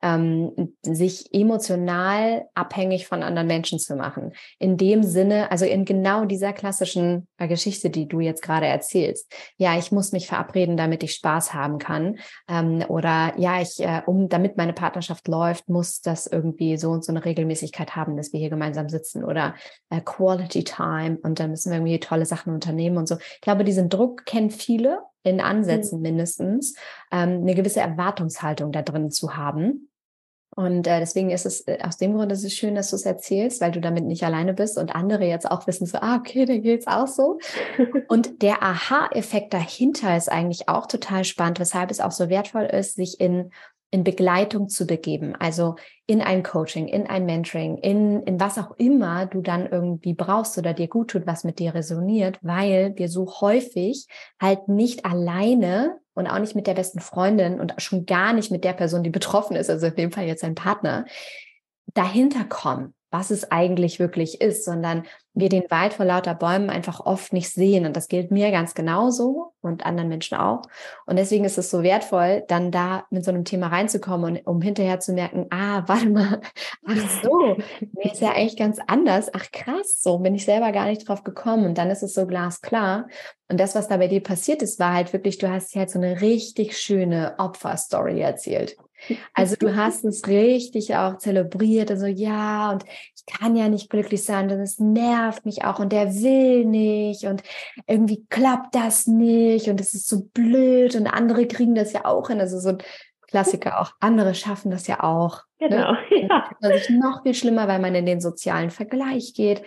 ähm, sich emotional abhängig von anderen Menschen zu machen. In dem Sinne, also in genau dieser klassischen äh, Geschichte, die du jetzt gerade erzählst. Ja, ich muss mich verabreden, damit ich Spaß haben kann. Ähm, oder ja, ich, äh, um, damit meine Partnerschaft läuft, muss das irgendwie so und so eine Regelmäßigkeit haben, dass wir hier gemeinsam sitzen oder äh, Quality Time und dann müssen wir irgendwie tolle Sachen unternehmen und so. Ich glaube, diesen Druck kennen viele in Ansätzen mindestens, ähm, eine gewisse Erwartungshaltung da drin zu haben. Und äh, deswegen ist es, äh, aus dem Grund ist es schön, dass du es erzählst, weil du damit nicht alleine bist und andere jetzt auch wissen so, ah, okay, dann geht's auch so. Und der Aha-Effekt dahinter ist eigentlich auch total spannend, weshalb es auch so wertvoll ist, sich in in Begleitung zu begeben, also in ein Coaching, in ein Mentoring, in, in was auch immer du dann irgendwie brauchst oder dir gut tut, was mit dir resoniert, weil wir so häufig halt nicht alleine und auch nicht mit der besten Freundin und schon gar nicht mit der Person, die betroffen ist, also in dem Fall jetzt ein Partner, dahinter kommen, was es eigentlich wirklich ist, sondern wir den Wald vor lauter Bäumen einfach oft nicht sehen. Und das gilt mir ganz genauso und anderen Menschen auch. Und deswegen ist es so wertvoll, dann da mit so einem Thema reinzukommen und um hinterher zu merken, ah, warte mal, ach so, mir ist ja eigentlich ganz anders. Ach krass, so bin ich selber gar nicht drauf gekommen. Und dann ist es so glasklar. Und das, was da bei dir passiert ist, war halt wirklich, du hast halt so eine richtig schöne Opferstory erzählt. Also du hast es richtig auch zelebriert, also ja, und ich kann ja nicht glücklich sein, das nervt mich auch und der will nicht und irgendwie klappt das nicht und es ist so blöd und andere kriegen das ja auch hin, also so ein Klassiker auch, andere schaffen das ja auch. Genau, ne? Ja. Das ist noch viel schlimmer, weil man in den sozialen Vergleich geht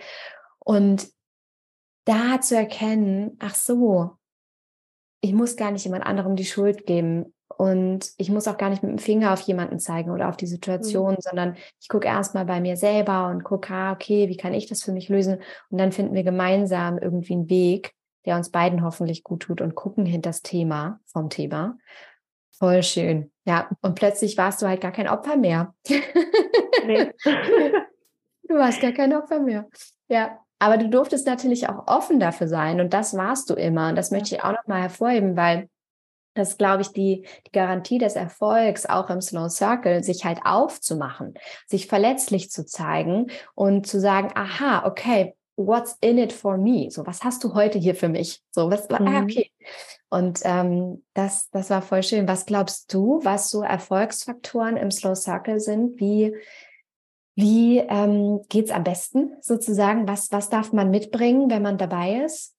und da zu erkennen, ach so, ich muss gar nicht jemand anderem die Schuld geben. Und ich muss auch gar nicht mit dem Finger auf jemanden zeigen oder auf die Situation, mhm. sondern ich gucke erstmal bei mir selber und gucke, ah, okay, wie kann ich das für mich lösen? Und dann finden wir gemeinsam irgendwie einen Weg, der uns beiden hoffentlich gut tut und gucken hinter das Thema, vom Thema. Voll schön. Ja, und plötzlich warst du halt gar kein Opfer mehr. Nee. Du warst gar kein Opfer mehr. Ja, aber du durftest natürlich auch offen dafür sein und das warst du immer. Und das möchte ich auch nochmal hervorheben, weil das ist, glaube ich, die, die Garantie des Erfolgs, auch im Slow Circle, sich halt aufzumachen, sich verletzlich zu zeigen und zu sagen, aha, okay, what's in it for me? So, was hast du heute hier für mich? So, was, ah, Mhm. okay. Und ähm, das, das war voll schön. Was glaubst du, was so Erfolgsfaktoren im Slow Circle sind? Wie, wie ähm, geht's am besten sozusagen? Was, was darf man mitbringen, wenn man dabei ist?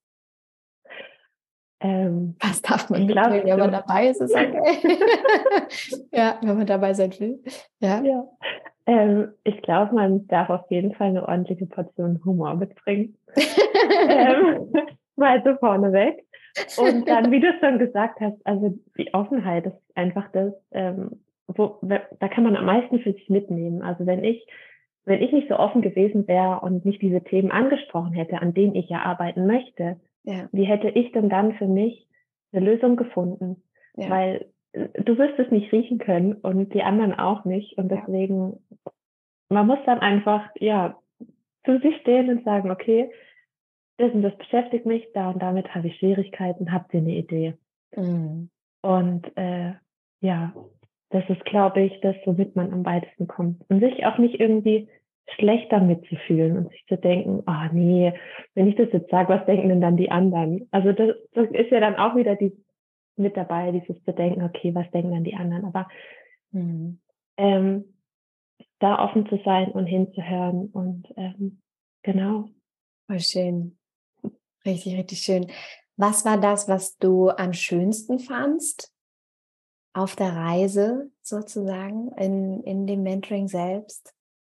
Ähm, Was darf man mitbringen, glaubst wenn man du? dabei ist? Ist okay. Ja, wenn man dabei sein will. Ja. Ja. Ähm, ich glaube, man darf auf jeden Fall eine ordentliche Portion Humor mitbringen. ähm, mal so vorneweg. Und dann, wie du schon gesagt hast, also die Offenheit ist einfach das, ähm, wo, da kann man am meisten für sich mitnehmen. Also wenn ich, wenn ich nicht so offen gewesen wäre und nicht diese Themen angesprochen hätte, an denen ich ja arbeiten möchte, Ja. wie hätte ich denn dann für mich eine Lösung gefunden? Ja. Weil äh, du wirst es nicht riechen können und die anderen auch nicht. Und Ja. deswegen, man muss dann einfach, ja, zu sich stehen und sagen, okay, das und das beschäftigt mich, da und damit habe ich Schwierigkeiten, habt ihr eine Idee? Mhm. Und äh, ja, das ist, glaube ich, das, womit man am weitesten kommt. Und sich auch nicht irgendwie schlecht damit zu fühlen und sich zu denken, ah oh, nee, wenn ich das jetzt sage, was denken denn dann die anderen? Also das, das ist ja dann auch wieder die, mit dabei, dieses Bedenken, okay, was denken dann die anderen? Aber Mhm. ähm, da offen zu sein und hinzuhören und ähm, genau. Voll schön. Richtig, richtig schön. Was war das, was du am schönsten fandst auf der Reise sozusagen in, in dem Mentoring selbst?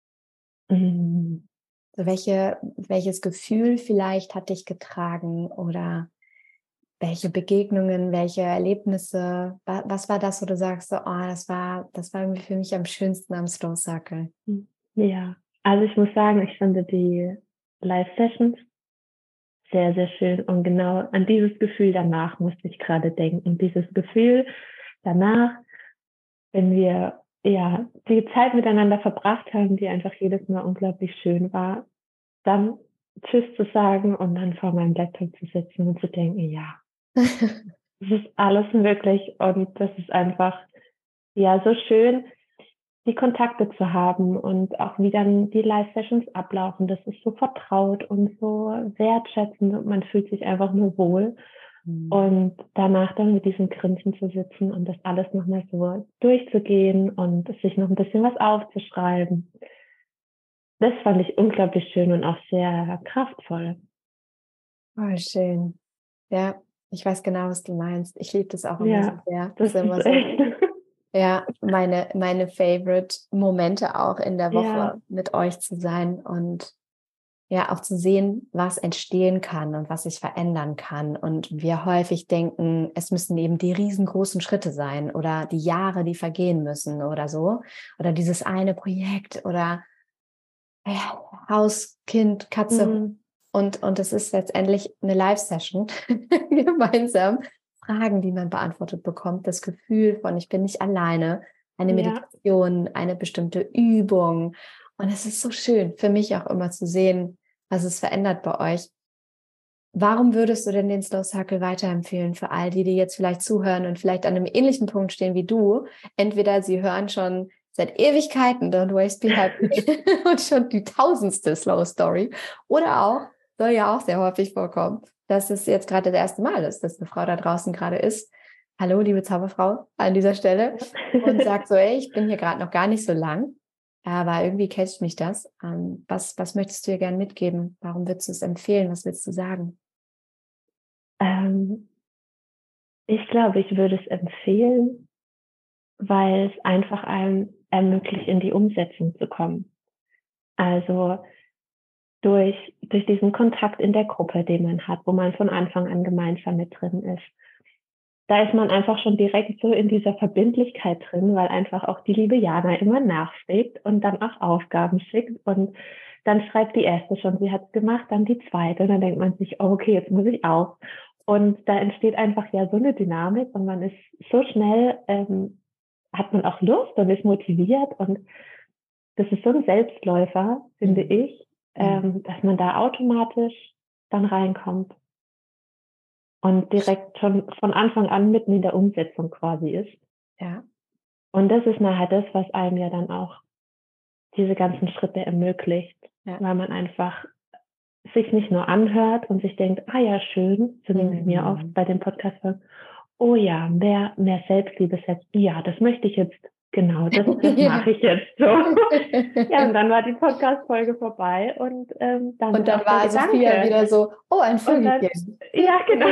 Mhm. So welche, welches Gefühl vielleicht hat dich getragen oder welche Begegnungen, welche Erlebnisse? wa- Was war das, wo du sagst, so, oh, das war, das war irgendwie für mich am schönsten am Slow Circle? Ja, also ich muss sagen, ich fand die Live-Sessions sehr, sehr schön. Und genau an dieses Gefühl danach musste ich gerade denken. Dieses Gefühl danach, wenn wir ja die Zeit miteinander verbracht haben, die einfach jedes Mal unglaublich schön war, dann Tschüss zu sagen und dann vor meinem Laptop zu sitzen und zu denken, ja, das ist alles möglich und das ist einfach ja so schön, die Kontakte zu haben und auch wie dann die Live-Sessions ablaufen. Das ist so vertraut und so wertschätzend und man fühlt sich einfach nur wohl. Mhm. Und danach dann mit diesem Grinsen zu sitzen und das alles nochmal so durchzugehen und sich noch ein bisschen was aufzuschreiben. Das fand ich unglaublich schön und auch sehr kraftvoll. Voll schön. Ja, ich weiß genau, was du meinst. Ich liebe das auch immer so Ja, sehr. Das das ist immer ist so, echt. ja, meine, meine Favorite Momente auch in der Ja, Woche mit euch zu sein und ja, auch zu sehen, was entstehen kann und was sich verändern kann. Und wir häufig denken, es müssen eben die riesengroßen Schritte sein oder die Jahre, die vergehen müssen oder so. Oder dieses eine Projekt oder ja, Haus, Kind, Katze. mm, Und, und es ist letztendlich eine Live-Session, gemeinsam Fragen, die man beantwortet bekommt, das Gefühl von, ich bin nicht alleine, eine ja, Meditation, eine bestimmte Übung. Und es ist so schön für mich auch immer zu sehen, was es verändert bei euch. Warum würdest du denn den Slow Circle weiterempfehlen für all die, die jetzt vielleicht zuhören und vielleicht an einem ähnlichen Punkt stehen wie du? Entweder sie hören schon seit Ewigkeiten Don't Waste, Be Happy und schon die tausendste Slow Story. Oder auch, soll ja auch sehr häufig vorkommen, dass es jetzt gerade das erste Mal ist, dass eine Frau da draußen gerade ist. Hallo, liebe Zauberfrau, an dieser Stelle. Und sagt so, ey, ich bin hier gerade noch gar nicht so lang, aber irgendwie catcht mich das. Ähm, was, was möchtest du ihr gerne mitgeben? Warum würdest du es empfehlen? Was willst du sagen? ähm, ich glaube, ich würde es empfehlen, weil es einfach einem ermöglicht, in die Umsetzung zu kommen. Also durch, durch diesen Kontakt in der Gruppe, den man hat, wo man von Anfang an gemeinsam mit drin ist. Da ist man einfach schon direkt so in dieser Verbindlichkeit drin, weil einfach auch die liebe Jana immer nachfragt und dann auch Aufgaben schickt und dann schreibt die erste schon, sie hat es gemacht, dann die zweite und dann denkt man sich, oh, okay, jetzt muss ich auch. Und da entsteht einfach ja so eine Dynamik und man ist so schnell, ähm, hat man auch Lust und ist motiviert und das ist so ein Selbstläufer, finde Mhm. ich, ähm, dass man da automatisch dann reinkommt und direkt schon von Anfang an mitten in der Umsetzung quasi ist. Ja. Und das ist nachher das, was einem ja dann auch diese ganzen Schritte ermöglicht, Ja. weil man einfach sich nicht nur anhört und sich denkt, ah ja, schön, so ging es mir Mhm. oft bei dem Podcast, oh ja, mehr, mehr Selbstliebe, selbst, ja, das möchte ich jetzt, genau, das, das mache ich jetzt so. Ja, und dann war die Podcast-Folge vorbei und ähm, dann Und dann auch der war Sophia Gedanke. wieder so, oh, ein Und dann, Vögelchen. ja, genau.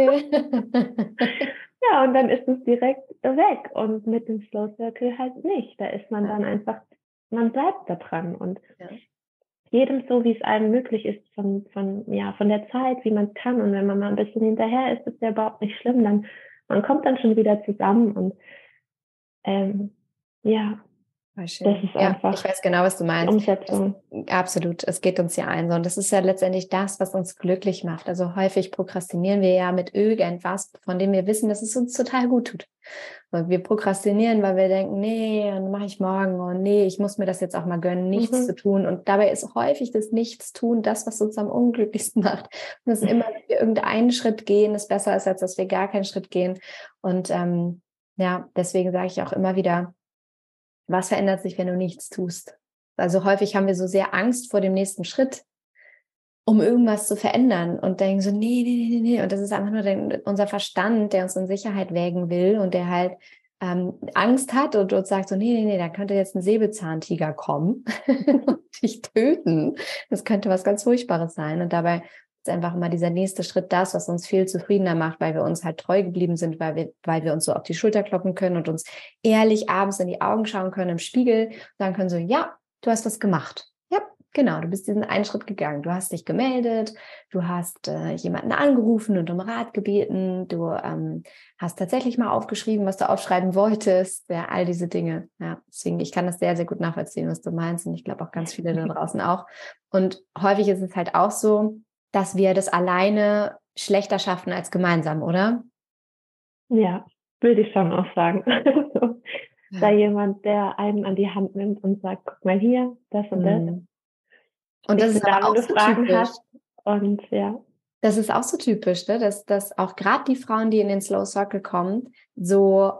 Ja, und dann ist es direkt weg und mit dem Slow Circle halt nicht. Da ist man Ja. dann einfach, man bleibt da dran und Ja. jedem so, wie es einem möglich ist, von, von, ja, von der Zeit, wie man es kann. Und wenn man mal ein bisschen hinterher ist, ist ja überhaupt nicht schlimm. Dann, man kommt dann schon wieder zusammen und ähm, ja, Voll das schön. ist Ja, ich einfach weiß genau, was du die meinst. Das, Umsetzung. absolut, es geht uns ja allen so. Und das ist ja letztendlich das, was uns glücklich macht. Also häufig prokrastinieren wir ja mit irgendwas, von dem wir wissen, dass es uns total gut tut. Weil wir prokrastinieren, weil wir denken, nee, dann mache ich morgen und nee, ich muss mir das jetzt auch mal gönnen, nichts Mhm. zu tun. Und dabei ist häufig das Nichtstun das, was uns am unglücklichsten macht. Und das ist immer, wenn wir irgendeinen Schritt gehen, ist besser ist, als dass wir gar keinen Schritt gehen. Und ähm, ja, deswegen sage ich auch immer wieder, was verändert sich, wenn du nichts tust? Also häufig haben wir so sehr Angst vor dem nächsten Schritt, um irgendwas zu verändern und denken so, nee, nee, nee, nee. Und das ist einfach nur der, unser Verstand, der uns in Sicherheit wägen will und der halt ähm, Angst hat und uns sagt so, nee, nee, nee, da könnte jetzt ein Säbelzahntiger kommen und dich töten. Das könnte was ganz Furchtbares sein. Und dabei ist einfach immer dieser nächste Schritt das, was uns viel zufriedener macht, weil wir uns halt treu geblieben sind, weil wir, weil wir uns so auf die Schulter kloppen können und uns ehrlich abends in die Augen schauen können im Spiegel und sagen können so, ja, du hast was gemacht. Ja, genau, du bist diesen einen Schritt gegangen. Du hast dich gemeldet, du hast äh, jemanden angerufen und um Rat gebeten, du ähm, hast tatsächlich mal aufgeschrieben, was du aufschreiben wolltest. Ja, all diese Dinge. Ja, deswegen, ich kann das sehr, sehr gut nachvollziehen, was du meinst. Und ich glaube auch ganz viele da draußen auch. Und häufig ist es halt auch so, dass wir das alleine schlechter schaffen als gemeinsam, oder? Ja, würde ich schon auch sagen. Also, da Ja. jemand, der einen an die Hand nimmt und sagt, guck mal hier, das und das. Mhm. Und Ich das ist bin da, aber wenn auch du so Fragen typisch. hast. Und ja. Das ist auch so typisch, ne? dass, dass auch gerade die Frauen, die in den Slow Circle kommen, so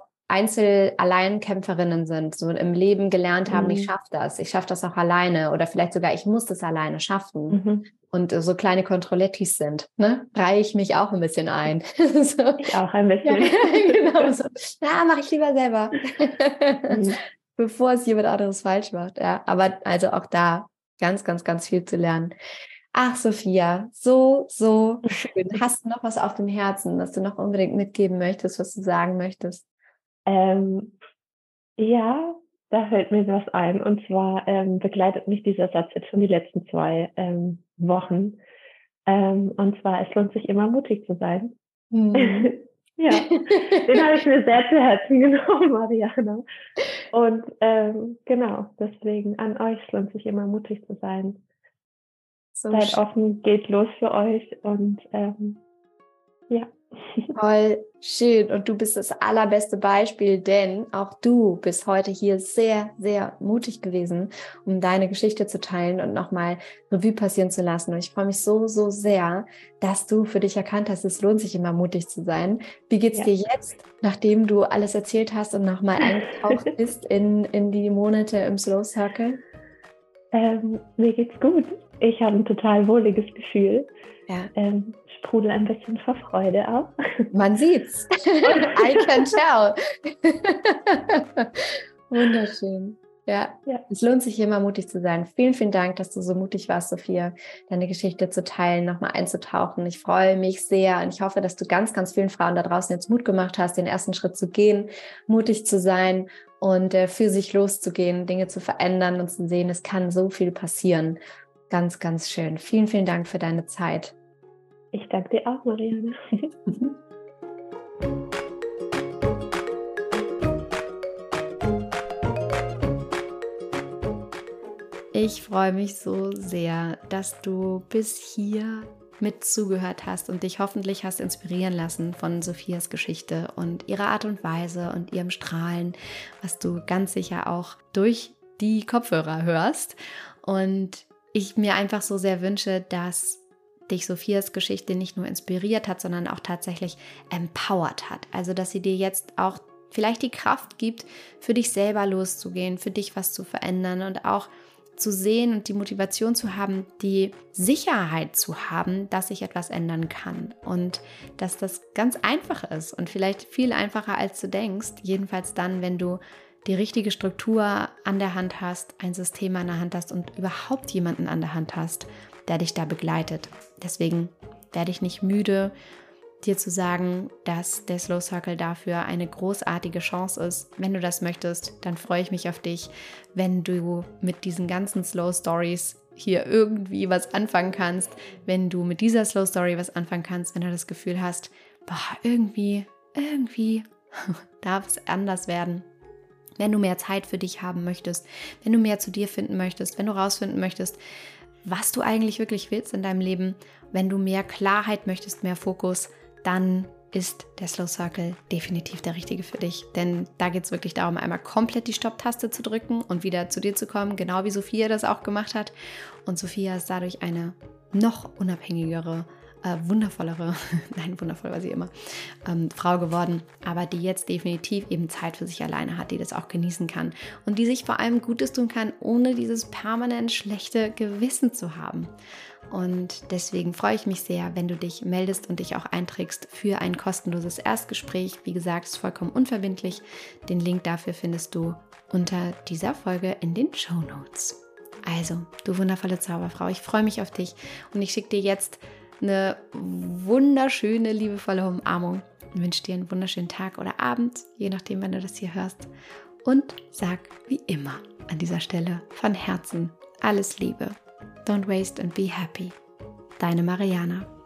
Einzel-Alleinkämpferinnen sind, so im Leben gelernt haben, ich Mhm. schaffe das, ich schaffe das auch alleine oder vielleicht sogar, ich muss das alleine schaffen. Mhm. Und äh, so kleine Kontrollettis sind, ne? Reihe ich mich auch ein bisschen ein. So. Ich auch ein Ja, bisschen. genau so. Ja, mache ich lieber selber. Mhm. Bevor es jemand anderes falsch macht. Ja, aber also auch da ganz, ganz, ganz viel zu lernen. Ach, Sophia, so, so schön. Hast du noch was auf dem Herzen, was du noch unbedingt mitgeben möchtest, was du sagen möchtest? Ähm, ja, da fällt mir was ein. Und zwar ähm, begleitet mich dieser Satz jetzt schon die letzten zwei ähm, Wochen. Ähm, und zwar, es lohnt sich immer mutig zu sein. Hm. Ja, den habe ich mir sehr zu Herzen genommen, Mariana. Und ähm, genau, deswegen an euch, es lohnt sich immer mutig zu sein. So Seid schön. offen, geht los für euch und ähm, ja. Voll schön. Und du bist das allerbeste Beispiel, denn auch du bist heute hier sehr, sehr mutig gewesen, um deine Geschichte zu teilen und nochmal Revue passieren zu lassen. Und ich freue mich so, so sehr, dass du für dich erkannt hast, es lohnt sich immer mutig zu sein. Wie geht's Ja. dir jetzt, nachdem du alles erzählt hast und nochmal eingetaucht bist in, in die Monate im Slow Circle? Ähm, mir geht's gut. Ich habe ein total wohliges Gefühl. Ja. Ähm, sprudel ein bisschen vor Freude auch. Man sieht's. I can tell. Wunderschön. Ja, Ja. es lohnt sich immer mutig zu sein. Vielen, vielen Dank, dass du so mutig warst, Sophia, deine Geschichte zu teilen, nochmal einzutauchen. Ich freue mich sehr und ich hoffe, dass du ganz, ganz vielen Frauen da draußen jetzt Mut gemacht hast, den ersten Schritt zu gehen, mutig zu sein und äh, für sich loszugehen, Dinge zu verändern und zu sehen, es kann so viel passieren. Ganz, ganz schön. Vielen, vielen Dank für deine Zeit. Ich danke dir auch, Marianne. Ich freue mich so sehr, dass du bis hier mit zugehört hast und dich hoffentlich hast inspirieren lassen von Sophias Geschichte und ihrer Art und Weise und ihrem Strahlen, was du ganz sicher auch durch die Kopfhörer hörst. Und ich mir einfach so sehr wünsche, dass dich Sophias Geschichte nicht nur inspiriert hat, sondern auch tatsächlich empowert hat. Also, dass sie dir jetzt auch vielleicht die Kraft gibt, für dich selber loszugehen, für dich was zu verändern und auch zu sehen und die Motivation zu haben, die Sicherheit zu haben, dass sich etwas ändern kann und dass das ganz einfach ist und vielleicht viel einfacher als du denkst. Jedenfalls dann, wenn du die richtige Struktur an der Hand hast, ein System an der Hand hast und überhaupt jemanden an der Hand hast, der dich da begleitet. Deswegen werde ich nicht müde, dir zu sagen, dass der Slow Circle dafür eine großartige Chance ist. Wenn du das möchtest, dann freue ich mich auf dich, wenn du mit diesen ganzen Slow Stories hier irgendwie was anfangen kannst, wenn du mit dieser Slow Story was anfangen kannst, wenn du das Gefühl hast, boah, irgendwie, irgendwie darf es anders werden. Wenn du mehr Zeit für dich haben möchtest, wenn du mehr zu dir finden möchtest, wenn du rausfinden möchtest, was du eigentlich wirklich willst in deinem Leben, wenn du mehr Klarheit möchtest, mehr Fokus, dann ist der Slow Circle definitiv der richtige für dich. Denn da geht es wirklich darum, einmal komplett die Stopp-Taste zu drücken und wieder zu dir zu kommen, genau wie Sophia das auch gemacht hat. Und Sophia ist dadurch eine noch unabhängigere, äh, wundervollere, nein, wundervoll war sie immer, ähm, Frau geworden, aber die jetzt definitiv eben Zeit für sich alleine hat, die das auch genießen kann und die sich vor allem Gutes tun kann, ohne dieses permanent schlechte Gewissen zu haben. Und deswegen freue ich mich sehr, wenn du dich meldest und dich auch einträgst für ein kostenloses Erstgespräch. Wie gesagt, ist vollkommen unverbindlich. Den Link dafür findest du unter dieser Folge in den Shownotes. Also, du wundervolle Zauberfrau, ich freue mich auf dich und ich schicke dir jetzt eine wunderschöne, liebevolle Umarmung und wünsche dir einen wunderschönen Tag oder Abend, je nachdem, wann du das hier hörst. Und sag wie immer an dieser Stelle von Herzen alles Liebe. Don't waste and be happy. Deine Mariana.